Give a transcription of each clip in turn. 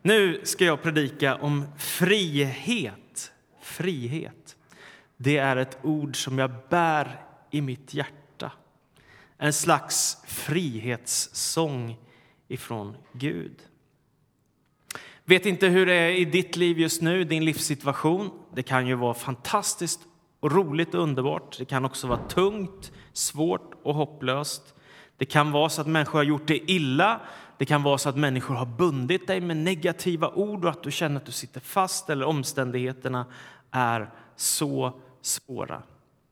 Nu ska jag predika om frihet. Frihet. Det är ett ord som jag bär i mitt hjärta. En slags frihetssång ifrån Gud. Vet inte hur det är i ditt liv just nu, din livssituation. Det kan ju vara fantastiskt och roligt och underbart. Det kan också vara tungt, svårt och hopplöst. Det kan vara så att människor har gjort det illa. Det kan vara så att människor har bundit dig med negativa ord och att du känner att du sitter fast eller omständigheterna är så svåra.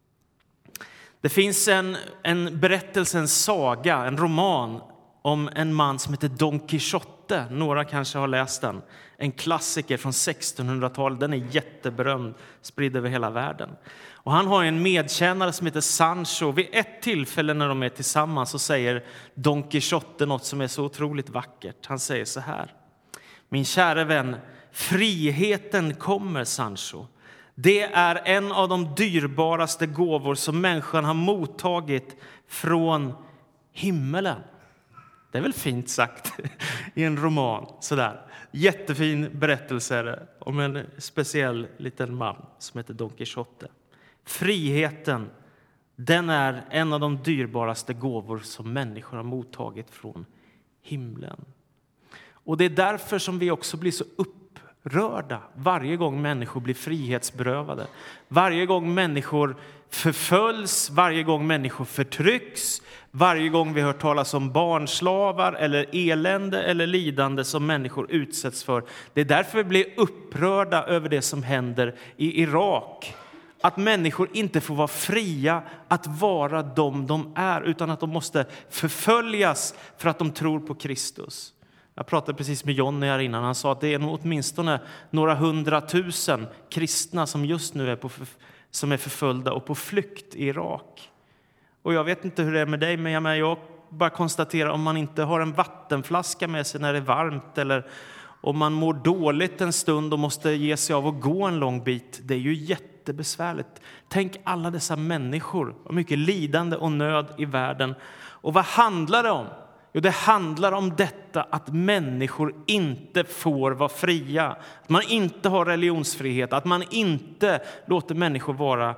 Det finns en berättelse, en saga, en roman om en man som heter Don Quixote. Några kanske har läst den. En klassiker från 1600-talet. Den är jätteberömd, spridd över hela världen. Och han har en medtjänare som heter Sancho. Vid ett tillfälle när de är tillsammans så säger Don Quixote något som är så otroligt vackert. Han säger så här: min kära vän, friheten kommer, Sancho. Det är en av de dyrbaraste gåvor som människan har mottagit från himmelen. Det är väl fint sagt i en roman. Sådär. Jättefin berättelse om en speciell liten man som heter Don Quixote. Friheten, den är en av de dyrbaraste gåvor som människor har mottagit från himlen. Och det är därför som vi också blir så upprörda varje gång människor blir frihetsberövade. Varje gång människor förföljs, varje gång människor förtrycks, varje gång vi hör talas om barnslavar eller elände eller lidande som människor utsätts för. Det är därför vi blir upprörda över det som händer i Irak. Att människor inte får vara fria att vara de är, utan att de måste förföljas för att de tror på Kristus. Jag pratade precis med Johnny här innan. Han sa att det är nog åtminstone några 100 000 kristna som just nu som är förföljda och på flykt i Irak. Och jag vet inte hur det är med dig, men jag bara konstaterar, om man inte har en vattenflaska med sig när det är varmt, eller om man mår dåligt en stund och måste ge sig av och gå en lång bit, det är ju jättebesvärligt. Tänk alla dessa människor och mycket lidande och nöd i världen. Och vad handlar det om? Jo, det handlar om detta att människor inte får vara fria. Att man inte har religionsfrihet. Att man inte låter människor vara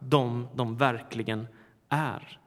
de verkligen är.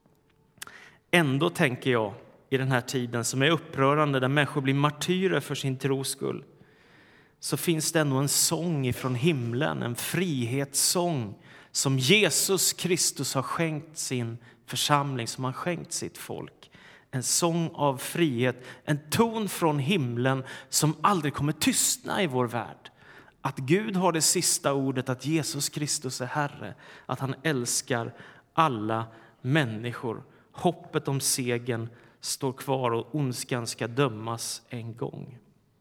Ändå tänker jag i den här tiden som är upprörande, där människor blir martyrer för sin tros skull, så finns det ändå en sång ifrån himlen, en frihetssång som Jesus Kristus har skänkt sin församling, som har skänkt sitt folk. En sång av frihet, en ton från himlen som aldrig kommer tystna i vår värld. Att Gud har det sista ordet, att Jesus Kristus är Herre, att han älskar alla människor. Hoppet om segern står kvar och ondskan ska dömas en gång.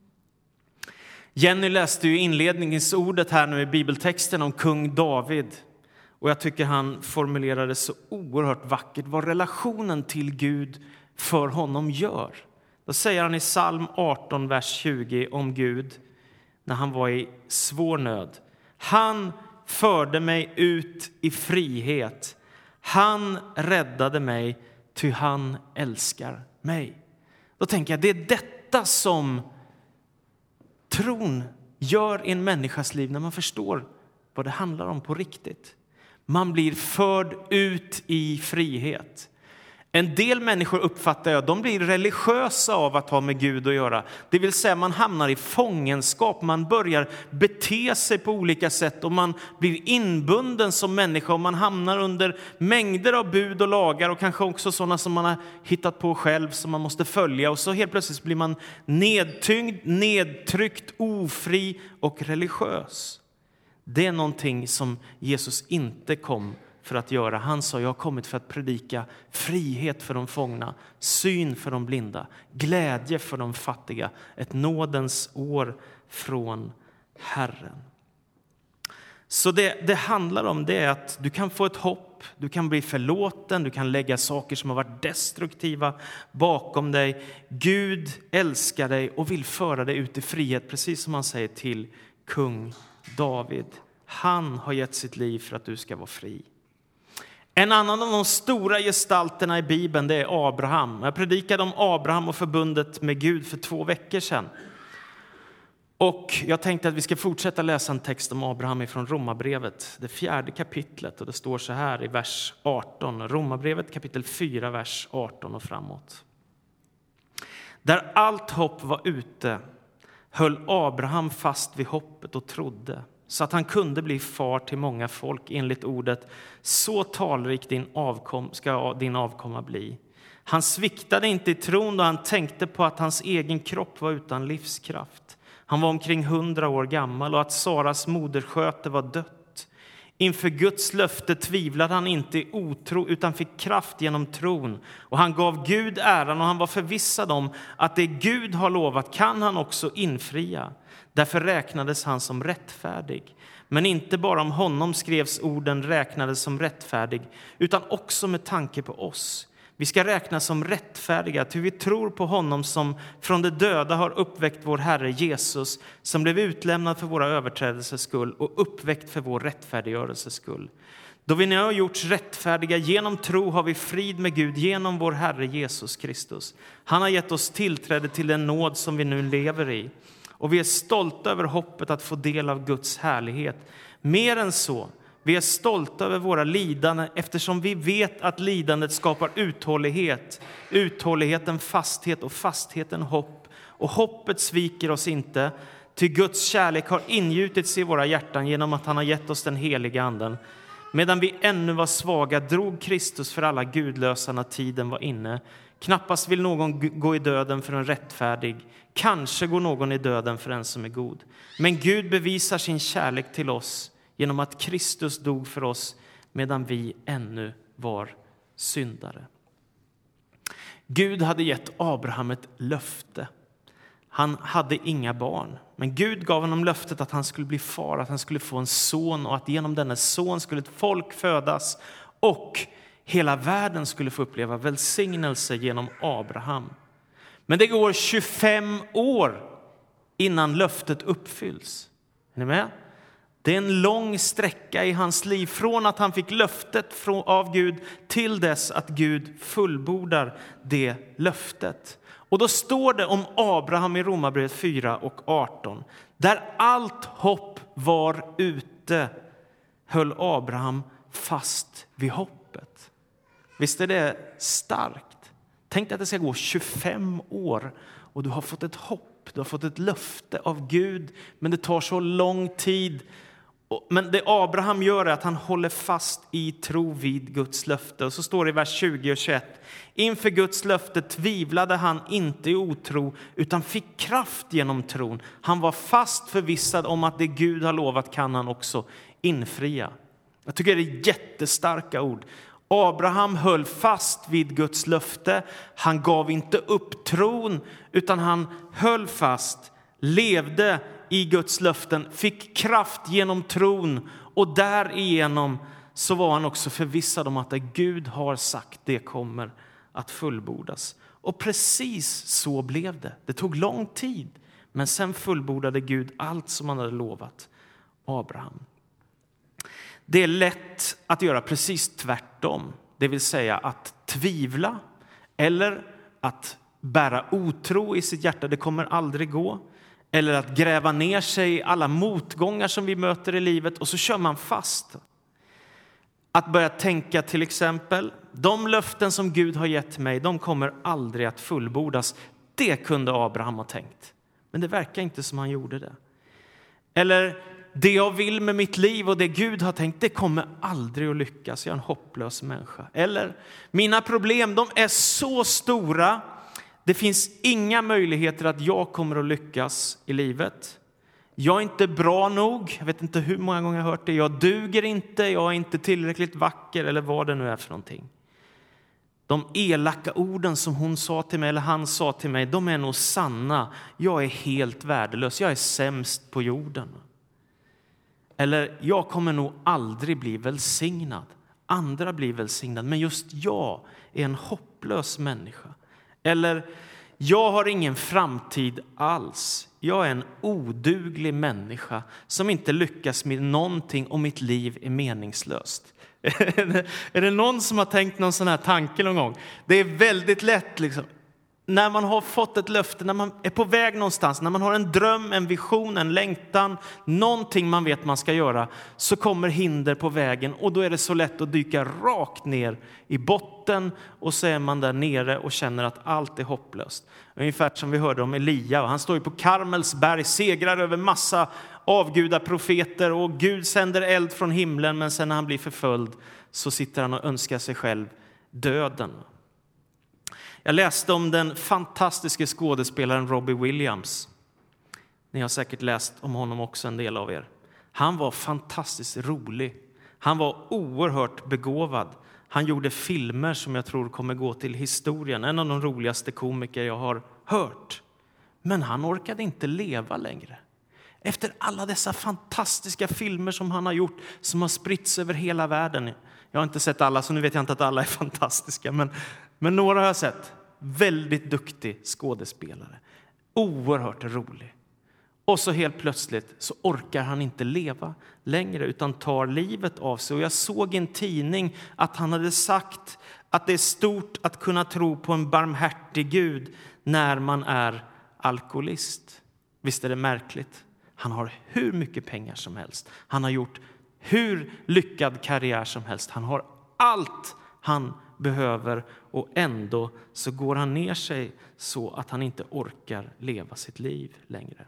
Jenny läste ju inledningsordet här nu i bibeltexten om kung David. Och jag tycker han formulerade så oerhört vackert vad relationen till Gud för honom gör. Då säger han i psalm 18, vers 20 om Gud när han var i svår nöd. Han förde mig ut i frihet. Han räddade mig, ty han älskar mig. Då tänker jag, det är detta som tron gör i en människas liv när man förstår vad det handlar om på riktigt. Man blir förd ut i frihet. En del människor uppfattar jag, de blir religiösa av att ha med Gud att göra. Det vill säga man hamnar i fångenskap, man börjar bete sig på olika sätt och man blir inbunden som människa och man hamnar under mängder av bud och lagar och kanske också sådana som man har hittat på själv som man måste följa. Och så helt plötsligt blir man nedtyngd, nedtryckt, ofri och religiös. Det är någonting som Jesus inte kom för att göra. Han sa, jag har kommit för att predika frihet för de fångna, syn för de blinda, glädje för de fattiga, ett nådens år från Herren. Så det handlar om det är att du kan få ett hopp, du kan bli förlåten, du kan lägga saker som har varit destruktiva bakom dig. Gud älskar dig och vill föra dig ut i frihet, precis som han säger till kung David. Han har gett sitt liv för att du ska vara fri. En annan av de stora gestalterna i Bibeln, det är Abraham. Jag predikade om Abraham och förbundet med Gud för 2 veckor sedan. Och jag tänkte att vi ska fortsätta läsa en text om Abraham ifrån Romarbrevet, det 4:e kapitlet. Och det står så här i vers 18, Romarbrevet kapitel 4, vers 18 och framåt. Där allt hopp var ute höll Abraham fast vid hoppet och trodde, så att han kunde bli far till många folk enligt ordet, så talrik ska din avkomma bli. Han sviktade inte i tron då han tänkte på att hans egen kropp var utan livskraft. Han var omkring 100 år gammal och att Saras modersköte var dött. Inför Guds löfte tvivlade han inte i otro utan fick kraft genom tron. Och han gav Gud äran och han var förvissad om att det Gud har lovat kan han också infria. Därför räknades han som rättfärdig. Men inte bara om honom skrevs orden räknades som rättfärdig utan också med tanke på oss. Vi ska räknas som rättfärdiga, ty vi tror på honom som från de döda har uppväckt vår Herre Jesus, som blev utlämnad för våra överträdelses skull och uppväckt för vår rättfärdiggörelses skull. Då vi nu har gjorts rättfärdiga genom tro har vi frid med Gud genom vår Herre Jesus Kristus. Han har gett oss tillträde till den nåd som vi nu lever i. Och vi är stolta över hoppet att få del av Guds härlighet. Mer än så. Vi är stolta över våra lidanden eftersom vi vet att lidandet skapar uthållighet. Uthålligheten fasthet och fastheten hopp. Och hoppet sviker oss inte. Ty Guds kärlek har ingjutits i våra hjärtan genom att han har gett oss den heliga anden. Medan vi ännu var svaga drog Kristus för alla gudlösa när tiden var inne. Knappast vill någon gå i döden för en rättfärdig. Kanske går någon i döden för en som är god. Men Gud bevisar sin kärlek till oss genom att Kristus dog för oss medan vi ännu var syndare. Gud hade gett Abraham ett löfte. Han hade inga barn. Men Gud gav honom löftet att han skulle bli far, att han skulle få en son och att genom denna son skulle ett folk födas och hela världen skulle få uppleva välsignelse genom Abraham. Men det går 25 år innan löftet uppfylls. Är ni med? Det är en lång sträcka i hans liv från att han fick löftet av Gud till dess att Gud fullbordar det löftet. Och då står det om Abraham i Romarbrevet 4 och 18. Där allt hopp var ute höll Abraham fast vid hoppet. Visst är det starkt? Tänk dig att det ska gå 25 år och du har fått ett hopp. Du har fått ett löfte av Gud, men det tar så lång tid. Men det Abraham gör är att han håller fast i tro vid Guds löfte. Och så står det i vers 20 och 21. Inför Guds löfte tvivlade han inte i otro utan fick kraft genom tron. Han var fast förvissad om att det Gud har lovat kan han också infria. Jag tycker det är jättestarka ord. Abraham höll fast vid Guds löfte. Han gav inte upp tron utan han höll fast, levde i Guds löften, fick kraft genom tron och därigenom så var han också förvissad om att det Gud har sagt det kommer att fullbordas. Och precis så blev det. Det tog lång tid, men sen fullbordade Gud allt som han hade lovat Abraham. Det är lätt att göra precis tvärtom, det vill säga att tvivla eller att bära otro i sitt hjärta, det kommer aldrig gå. Eller att gräva ner sig i alla motgångar som vi möter i livet och så kör man fast. Att börja tänka till exempel, de löften som Gud har gett mig, de kommer aldrig att fullbordas. Det kunde Abraham ha tänkt, men det verkar inte som han gjorde det. Eller det jag vill med mitt liv och det Gud har tänkt, det kommer aldrig att lyckas. Jag är en hopplös människa. Eller mina problem, de är så stora. Det finns inga möjligheter att jag kommer att lyckas i livet. Jag är inte bra nog. Jag vet inte hur många gånger jag har hört det. Jag duger inte. Jag är inte tillräckligt vacker eller vad det nu är för någonting. De elaka orden som hon sa till mig eller han sa till mig, de är nog sanna. Jag är helt värdelös. Jag är sämst på jorden. Eller jag kommer nog aldrig bli välsignad. Andra blir välsignad, men just jag är en hopplös människa. Eller jag har ingen framtid alls. Jag är en oduglig människa som inte lyckas med någonting och mitt liv är meningslöst. Är det någon som har tänkt någon sån här tanke någon gång? Det är väldigt lätt liksom. när man har fått ett löfte, när man är på väg någonstans, när man har en dröm, en vision, en längtan, någonting man vet man ska göra, så kommer hinder på vägen och då är det så lätt att dyka rakt ner i botten och så är man där nere och känner att allt är hopplöst. Ungefär som vi hörde om Elia, han står ju på Karmels berg, segrar över massa avgudaprofeter och Gud sänder eld från himlen, men sen när han blir förföljd så sitter han och önskar sig själv döden. Jag läste om den fantastiska skådespelaren Robbie Williams. Ni har säkert läst om honom också, en del av er. Han var fantastiskt rolig. Han var oerhört begåvad. Han gjorde filmer som jag tror kommer gå till historien. En av de roligaste komiker jag har hört. Men han orkade inte leva längre. Efter alla dessa fantastiska filmer som han har gjort, som har spritts över hela världen. Jag har inte sett alla, så nu vet jag inte att alla är fantastiska. Men några har jag sett. Väldigt duktig skådespelare. Oerhört rolig. Och så helt plötsligt så orkar han inte leva längre utan tar livet av sig. Och jag såg i en tidning att han hade sagt att det är stort att kunna tro på en barmhärtig Gud när man är alkoholist. Visst är det märkligt? Han har hur mycket pengar som helst. Han har gjort hur lyckad karriär som helst. Han har allt han behöver och ändå så går han ner sig så att han inte orkar leva sitt liv längre.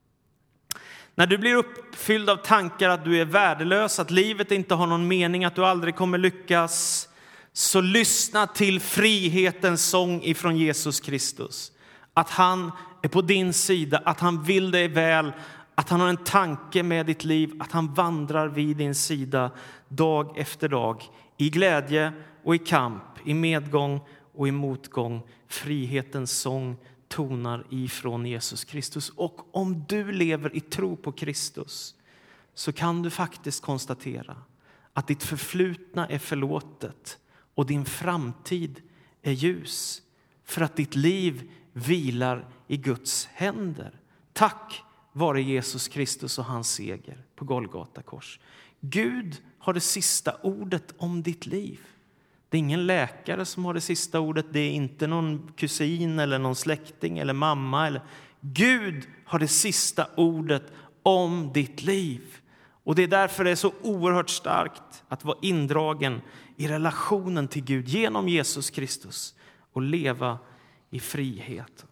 När du blir uppfylld av tankar att du är värdelös, att livet inte har någon mening, att du aldrig kommer lyckas, så lyssna till frihetens sång ifrån Jesus Kristus. Att han är på din sida, att han vill dig väl, att han har en tanke med ditt liv, att han vandrar vid din sida dag efter dag. I glädje och i kamp, i medgång och i motgång. Frihetens sång tonar ifrån Jesus Kristus. Och om du lever i tro på Kristus så kan du faktiskt konstatera att ditt förflutna är förlåtet och din framtid är ljus. För att ditt liv vilar i Guds händer. Tack vare Jesus Kristus och hans seger på Golgata kors. Gud har det sista ordet om ditt liv. Det är ingen läkare som har det sista ordet. Det är inte någon kusin eller någon släkting eller mamma. Gud har det sista ordet om ditt liv. Och det är därför det är så oerhört starkt att vara indragen i relationen till Gud genom Jesus Kristus och leva i frihet.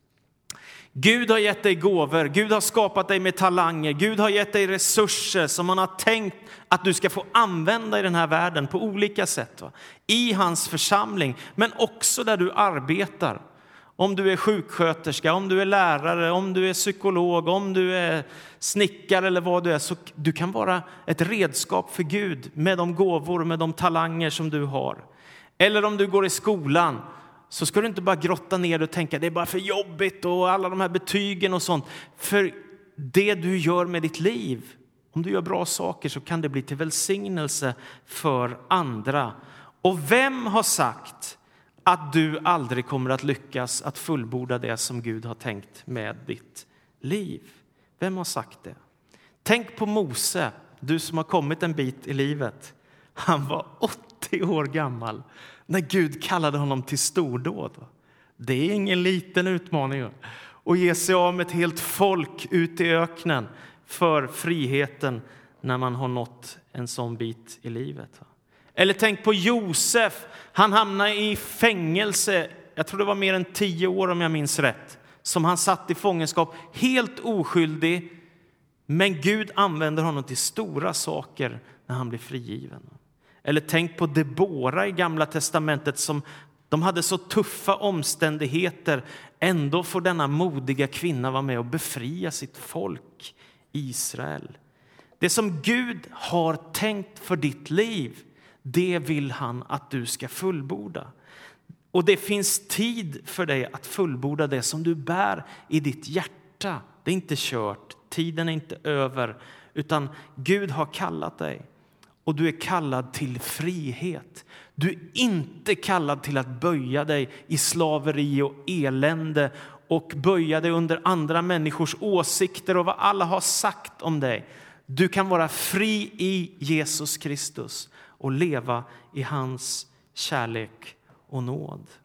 Gud har gett dig gåvor, Gud har skapat dig med talanger, Gud har gett dig resurser som han har tänkt att du ska få använda i den här världen på olika sätt. I hans församling, men också där du arbetar. Om du är sjuksköterska, om du är lärare, om du är psykolog, om du är snickare eller vad du är. Så du kan vara ett redskap för Gud med de gåvor, med de talanger som du har. Eller om du går i skolan. Så ska du inte bara grotta ner och tänka det är bara för jobbigt och alla de här betygen och sånt. För det du gör med ditt liv, om du gör bra saker så kan det bli till välsignelse för andra. Och vem har sagt att du aldrig kommer att lyckas att fullborda det som Gud har tänkt med ditt liv? Vem har sagt det? Tänk på Mose, du som har kommit en bit i livet. Han var 80 år gammal när Gud kallade honom till stordåd. Det är ingen liten utmaning att ge sig av med ett helt folk ut i öknen för friheten när man har nått en sån bit i livet. Eller tänk på Josef. Han hamnade i fängelse, jag tror det var mer än 10 år om jag minns rätt, som han satt i fångenskap, helt oskyldig. Men Gud använder honom till stora saker när han blir frigiven. Eller tänk på Debora i Gamla testamentet som de hade så tuffa omständigheter. Ändå får denna modiga kvinna vara med och befria sitt folk Israel. Det som Gud har tänkt för ditt liv, det vill han att du ska fullborda. Och det finns tid för dig att fullborda det som du bär i ditt hjärta. Det är inte kört, tiden är inte över, utan Gud har kallat dig. Och du är kallad till frihet. Du är inte kallad till att böja dig i slaveri och elände och böja dig under andra människors åsikter och vad alla har sagt om dig. Du kan vara fri i Jesus Kristus och leva i hans kärlek och nåd.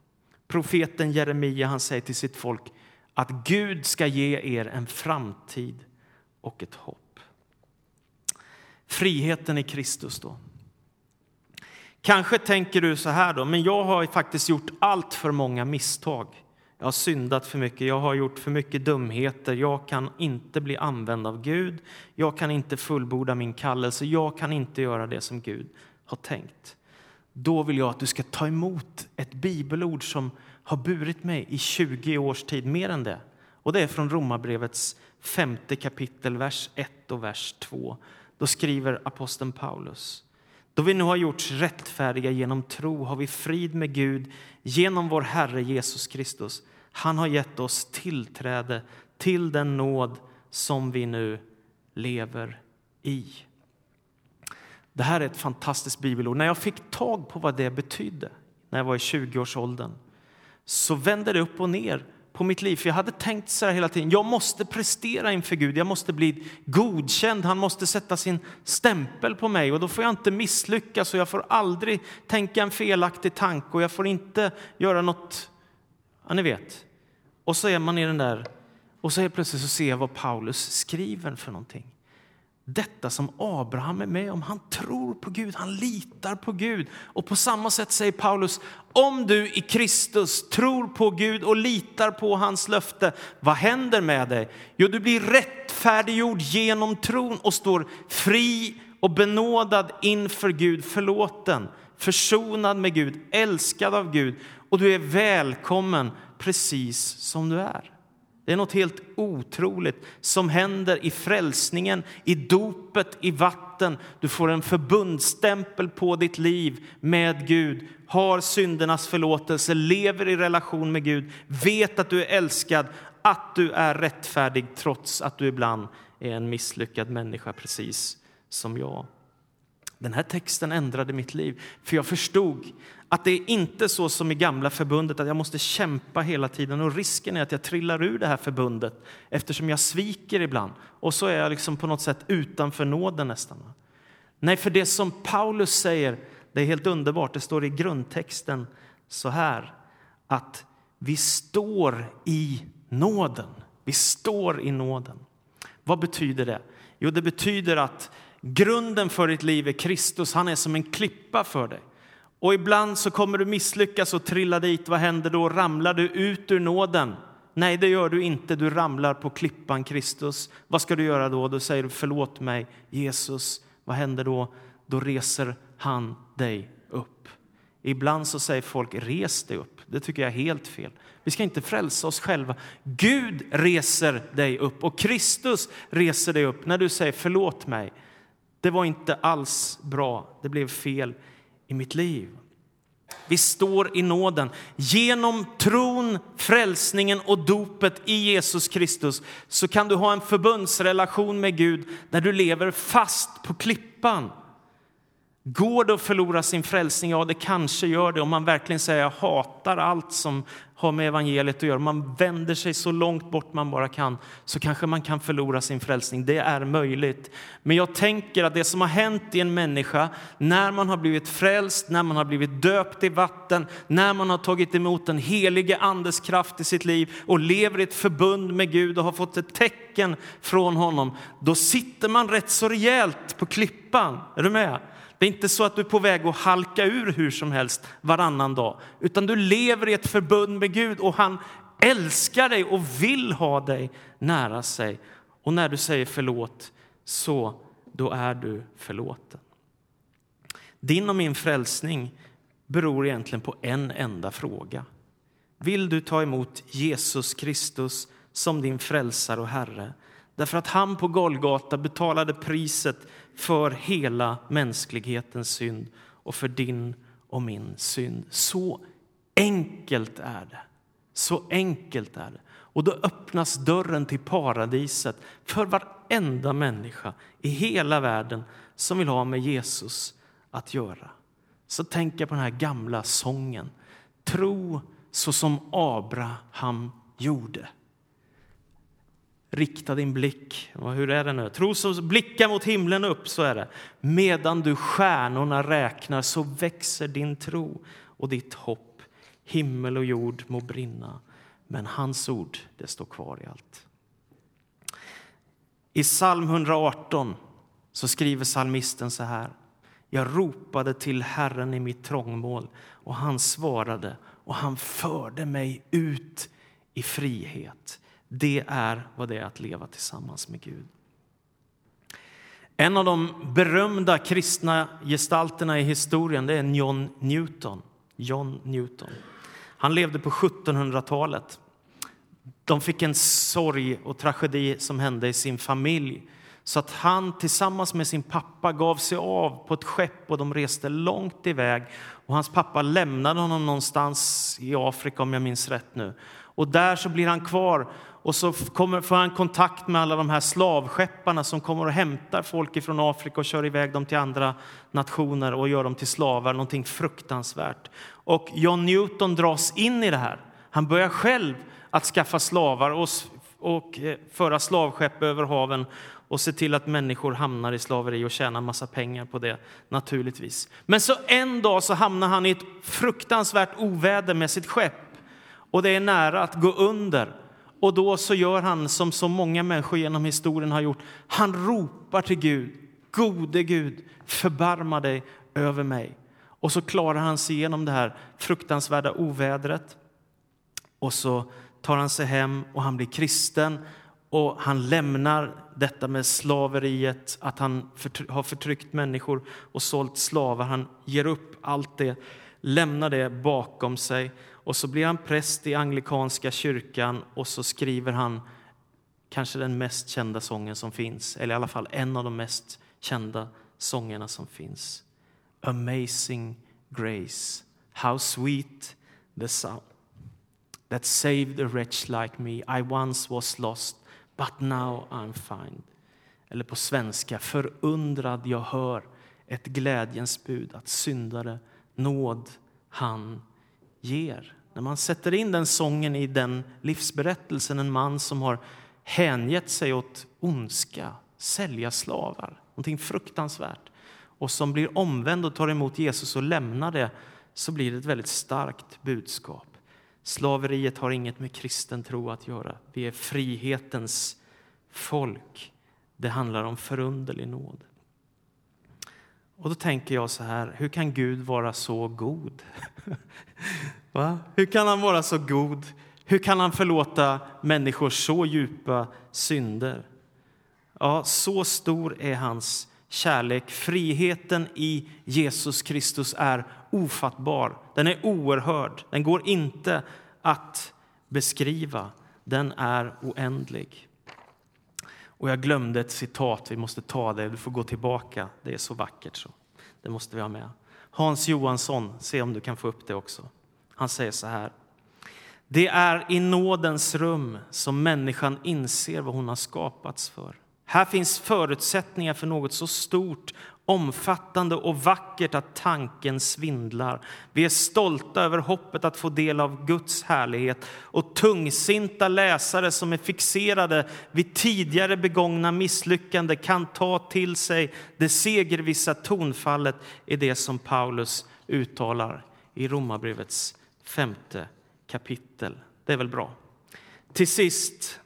Profeten Jeremia, han säger till sitt folk att Gud ska ge er en framtid och ett hopp. Friheten i Kristus då. Kanske tänker du så här då, men jag har faktiskt gjort allt för många misstag. Jag har syndat för mycket, jag har gjort för mycket dumheter. Jag kan inte bli använd av Gud. Jag kan inte fullborda min kallelse. Jag kan inte göra det som Gud har tänkt. Då vill jag att du ska ta emot ett bibelord som har burit mig i 20 års tid, mer än det. Och det är från Romarbrevets 5:e kapitel, vers 1 och vers 2. Då skriver aposteln Paulus: då vi nu har gjorts rättfärdiga genom tro har vi frid med Gud genom vår Herre Jesus Kristus. Han har gett oss tillträde till den nåd som vi nu lever i. Det här är ett fantastiskt bibelord. När jag fick tag på vad det betydde när jag var i 20-årsåldern, så vände det upp och ner på mitt liv. För jag hade tänkt så här hela tiden: jag måste prestera inför Gud. Jag måste bli godkänd. Han måste sätta sin stämpel på mig. Och då får jag inte misslyckas. Och jag får aldrig tänka en felaktig tanke. Och jag får inte göra något, ja, ni vet. Och så är man i den där. Och så är plötsligt så ser jag vad Paulus skriver för någonting. Detta som Abraham är med om. Han tror på Gud, han litar på Gud. Och på samma sätt säger Paulus: om du i Kristus tror på Gud och litar på hans löfte, vad händer med dig? Jo, du blir rättfärdiggjord genom tron och står fri och benådad inför Gud, förlåten, försonad med Gud, älskad av Gud. Och du är välkommen precis som du är. Det är något helt otroligt som händer i frälsningen, i dopet, i vatten. Du får en förbundsstämpel på ditt liv med Gud. Har syndernas förlåtelse, lever i relation med Gud. Vet att du är älskad, att du är rättfärdig trots att du ibland är en misslyckad människa precis som jag. Den här texten ändrade mitt liv, för jag förstod att det är inte så som i gamla förbundet att jag måste kämpa hela tiden, och risken är att jag trillar ur det här förbundet eftersom jag sviker ibland, och så är jag liksom på något sätt utanför nåden nästan. Nej, för det som Paulus säger, det är helt underbart. Det står i grundtexten så här, att vi står i nåden. Vi står i nåden. Vad betyder det? Jo, det betyder att grunden för ditt liv är Kristus. Han är som en klippa för dig. Och ibland så kommer du misslyckas och trilla dit. Vad händer då? Ramlar du ut ur nåden? Nej, det gör du inte. Du ramlar på klippan Kristus. Vad ska du göra då? Då säger du: förlåt mig, Jesus. Vad händer då? Då reser han dig upp. Ibland så säger folk: res dig upp. Det tycker jag är helt fel. Vi ska inte frälsa oss själva. Gud reser dig upp. Och Kristus reser dig upp när du säger: förlåt mig. Det var inte alls bra. Det blev fel i mitt liv. Vi står i nåden. Genom tron, frälsningen och dopet i Jesus Kristus så kan du ha en förbundsrelation med Gud där du lever fast på klippan. Går det att förlora sin frälsning? Ja, det kanske gör det. Om man verkligen säger: jag hatar allt som har med evangeliet att göra. Man vänder sig så långt bort man bara kan. Så kanske man kan förlora sin frälsning. Det är möjligt. Men jag tänker att det som har hänt i en människa när man har blivit frälst, när man har blivit döpt i vatten, när man har tagit emot den helige andes kraft i sitt liv och lever i ett förbund med Gud och har fått ett tecken från honom. Då sitter man rätt så rejält på klippan. Är du med? Det är inte så att du är på väg att halka ur hur som helst varannan dag. Utan du lever i ett förbund med Gud och han älskar dig och vill ha dig nära sig. Och när du säger förlåt, så då är du förlåten. Din och min frälsning beror egentligen på en enda fråga. Vill du ta emot Jesus Kristus som din frälsare och Herre? Därför att han på Golgata betalade priset för hela mänsklighetens synd och för din och min synd. Så enkelt är det. Så enkelt är det. Och då öppnas dörren till paradiset för varenda människa i hela världen som vill ha med Jesus att göra. Så tänk på den här gamla sången. Tro så som Abraham gjorde. Rikta din blick. Hur är det nu? Tro så blicka mot himlen upp, så är det. Medan du stjärnorna räknar så växer din tro och ditt hopp Himmel och jord må brinna, men hans ord, det står kvar i allt. I psalm 118 så skriver psalmisten så här: jag ropade till Herren i mitt trångmål och han svarade och han förde mig ut i frihet. Det är vad det är att leva tillsammans med Gud. En av de berömda kristna gestalterna i historien, det är John Newton. Han levde på 1700-talet. De fick en sorg och tragedi som hände i sin familj. Så att han tillsammans med sin pappa gav sig av på ett skepp och de reste långt iväg. Och hans pappa lämnade honom någonstans i Afrika om jag minns rätt nu. Och där så blir han kvar och så får han kontakt med alla de här slavskepparna som kommer och hämtar folk från Afrika och kör iväg dem till andra nationer och gör dem till slavar. Någonting fruktansvärt. Och John Newton dras in i det här. Han börjar själv att skaffa slavar och föra slavskepp över haven och se till att människor hamnar i slaveri och tjänar massa pengar på det, naturligtvis. Men så en dag så hamnar han i ett fruktansvärt oväder med sitt skepp och det är nära att gå under. Och då så gör han som så många människor genom historien har gjort. Han ropar till Gud: gode Gud, förbarma dig över mig. Och så klarar han sig igenom det här fruktansvärda ovädret. Och så tar han sig hem och han blir kristen. Och han lämnar detta med slaveriet, att han har förtryckt människor och sålt slavar. Han ger upp allt det, lämnar det bakom sig. Och så blir han präst i anglikanska kyrkan och så skriver han kanske den mest kända sången som finns. Eller i alla fall en av de mest kända sångerna som finns. Amazing grace, how sweet the sound that saved a wretch like me. I once was lost, but now I'm found. Eller på svenska: förundrad jag hör ett glädjens bud att syndare nåd han ger. När man sätter in den sången i den livsberättelsen, en man som har hängett sig åt ondska, sälja slavar, någonting fruktansvärt, och som blir omvänd och tar emot Jesus och lämnar det, så blir det ett väldigt starkt budskap. Slaveriet har inget med kristen tro att göra. Vi är frihetens folk. Det handlar om förunderlig nåd. Och då tänker jag så här: hur kan Gud vara så god? Va? Hur kan han vara så god? Hur kan han förlåta människor så djupa synder? Ja, så stor är hans kärlek. Friheten i Jesus Kristus är ofattbar. Den är oerhörd. Den går inte att beskriva. Den är oändlig. Och jag glömde ett citat. Vi måste ta det. Du får gå tillbaka. Det är så vackert så. Det måste vi ha med. Hans Johansson, se om du kan få upp det också. Han säger så här: det är i nådens rum som människan inser vad hon har skapats för. Här finns förutsättningar för något så stort, omfattande och vackert att tanken svindlar. Vi är stolta över hoppet att få del av Guds härlighet, och tungsinta läsare som är fixerade vid tidigare begångna misslyckande kan ta till sig det segervissa tonfallet i det som Paulus uttalar i Romarbrevets 5:e kapitel. Det är väl bra. Till sist,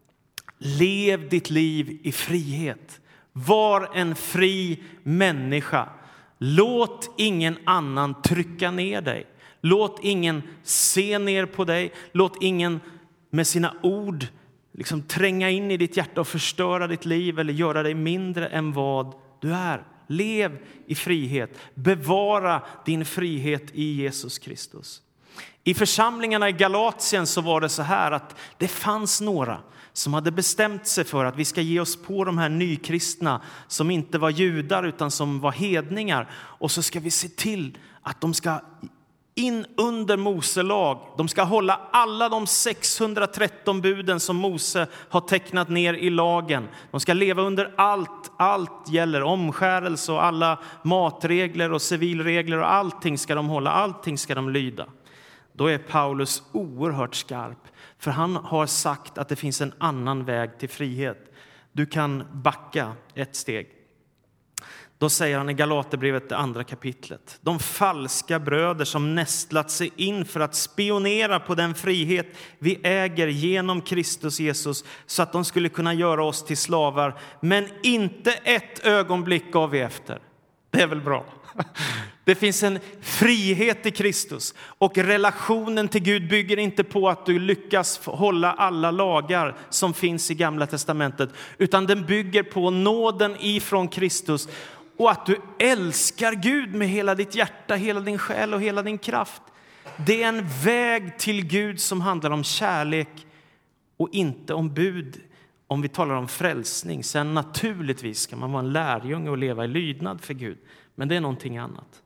lev ditt liv i frihet. Var en fri människa. Låt ingen annan trycka ner dig. Låt ingen se ner på dig. Låt ingen med sina ord liksom tränga in i ditt hjärta och förstöra ditt liv eller göra dig mindre än vad du är. Lev i frihet. Bevara din frihet i Jesus Kristus. I församlingarna i Galatien så var det så här att det fanns några som hade bestämt sig för att vi ska ge oss på de här nykristna som inte var judar utan som var hedningar. Och så ska vi se till att de ska in under Mose lag. De ska hålla alla de 613 buden som Mose har tecknat ner i lagen. De ska leva under allt gäller omskärelse och alla matregler och civilregler och allting ska de hålla, allting ska de lyda. Då är Paulus oerhört skarp, för han har sagt att det finns en annan väg till frihet. Du kan backa ett steg. Då säger han i Galaterbrevet, det 2 kapitlet: de falska bröder som nästlat sig in för att spionera på den frihet vi äger genom Kristus Jesus, så att de skulle kunna göra oss till slavar. Men inte ett ögonblick gav vi efter. Det är väl bra? Det finns en frihet i Kristus, och relationen till Gud bygger inte på att du lyckas hålla alla lagar som finns i Gamla testamentet, utan den bygger på nåden ifrån Kristus och att du älskar Gud med hela ditt hjärta, hela din själ och hela din kraft. Det är en väg till Gud som handlar om kärlek och inte om bud. Om vi talar om frälsning, sen naturligtvis ska man vara en lärjunge och leva i lydnad för Gud. Men det är någonting annat.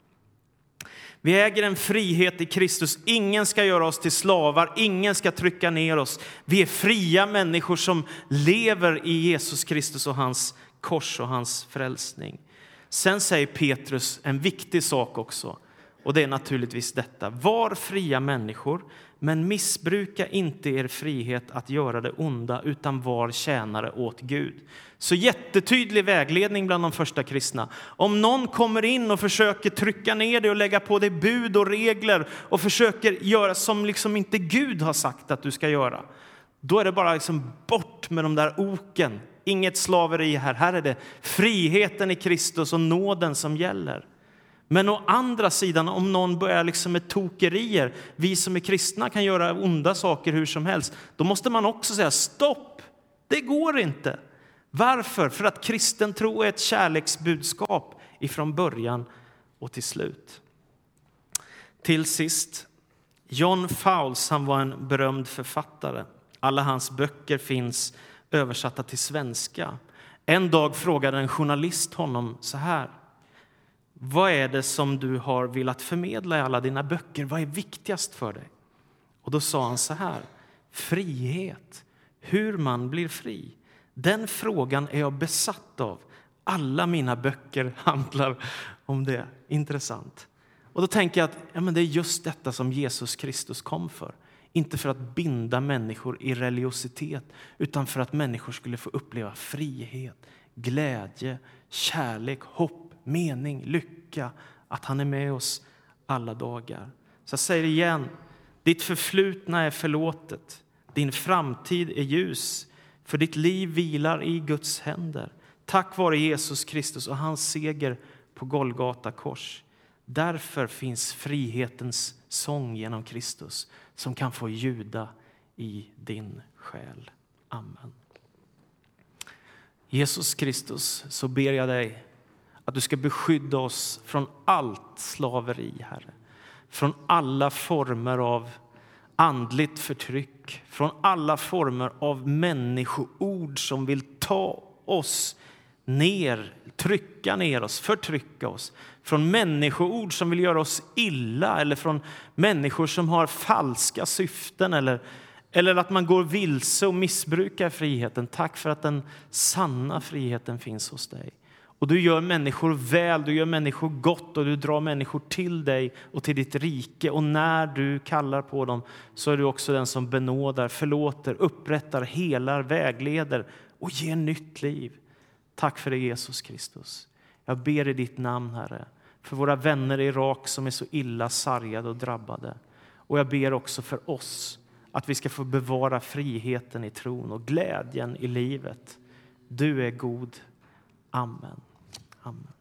Vi äger en frihet i Kristus. Ingen ska göra oss till slavar. Ingen ska trycka ner oss. Vi är fria människor som lever i Jesus Kristus och hans kors och hans frälsning. Sen säger Petrus en viktig sak också. Och det är naturligtvis detta: var fria människor, men missbruka inte er frihet att göra det onda, utan var tjänare åt Gud. Så jättetydlig vägledning bland de första kristna. Om någon kommer in och försöker trycka ner dig och lägga på dig bud och regler och försöker göra som liksom inte Gud har sagt att du ska göra, då är det bara liksom bort med de där oken. Inget slaveri här. Här är det friheten i Kristus och nåden som gäller. Men å andra sidan, om någon börjar liksom med tokerier, vi som är kristna kan göra onda saker hur som helst, då måste man också säga stopp, det går inte. Varför? För att kristen tro är ett kärleksbudskap ifrån början och till slut. Till sist, John Fowles, han var en berömd författare. Alla hans böcker finns översatta till svenska. En dag frågade en journalist honom så här: vad är det som du har velat förmedla i alla dina böcker? Vad är viktigast för dig? Och då sa han så här: frihet. Hur man blir fri. Den frågan är jag besatt av. Alla mina böcker handlar om det. Intressant. Och då tänker jag att men det är just detta som Jesus Kristus kom för. Inte för att binda människor i religiositet, utan för att människor skulle få uppleva frihet, glädje, kärlek, hopp, mening, lycka, att han är med oss alla dagar. Så jag säger igen, ditt förflutna är förlåtet. Din framtid är ljus, för ditt liv vilar i Guds händer. Tack vare Jesus Kristus och hans seger på Golgata kors. Därför finns frihetens sång genom Kristus som kan få ljuda i din själ. Amen. Jesus Kristus, så ber jag dig att du ska beskydda oss från allt slaveri, Herre. Från alla former av andligt förtryck. Från alla former av människoord som vill ta oss ner, trycka ner oss, förtrycka oss. Från människoord som vill göra oss illa, eller från människor som har falska syften, eller att man går vilse och missbrukar friheten. Tack för att den sanna friheten finns hos dig. Och du gör människor väl, du gör människor gott, och du drar människor till dig och till ditt rike. Och när du kallar på dem så är du också den som benådar, förlåter, upprättar, helar, vägleder och ger nytt liv. Tack för det, Jesus Kristus. Jag ber i ditt namn, Herre, för våra vänner i Irak som är så illa sargade och drabbade. Och jag ber också för oss att vi ska få bevara friheten i tron och glädjen i livet. Du är god. Amen. Amen.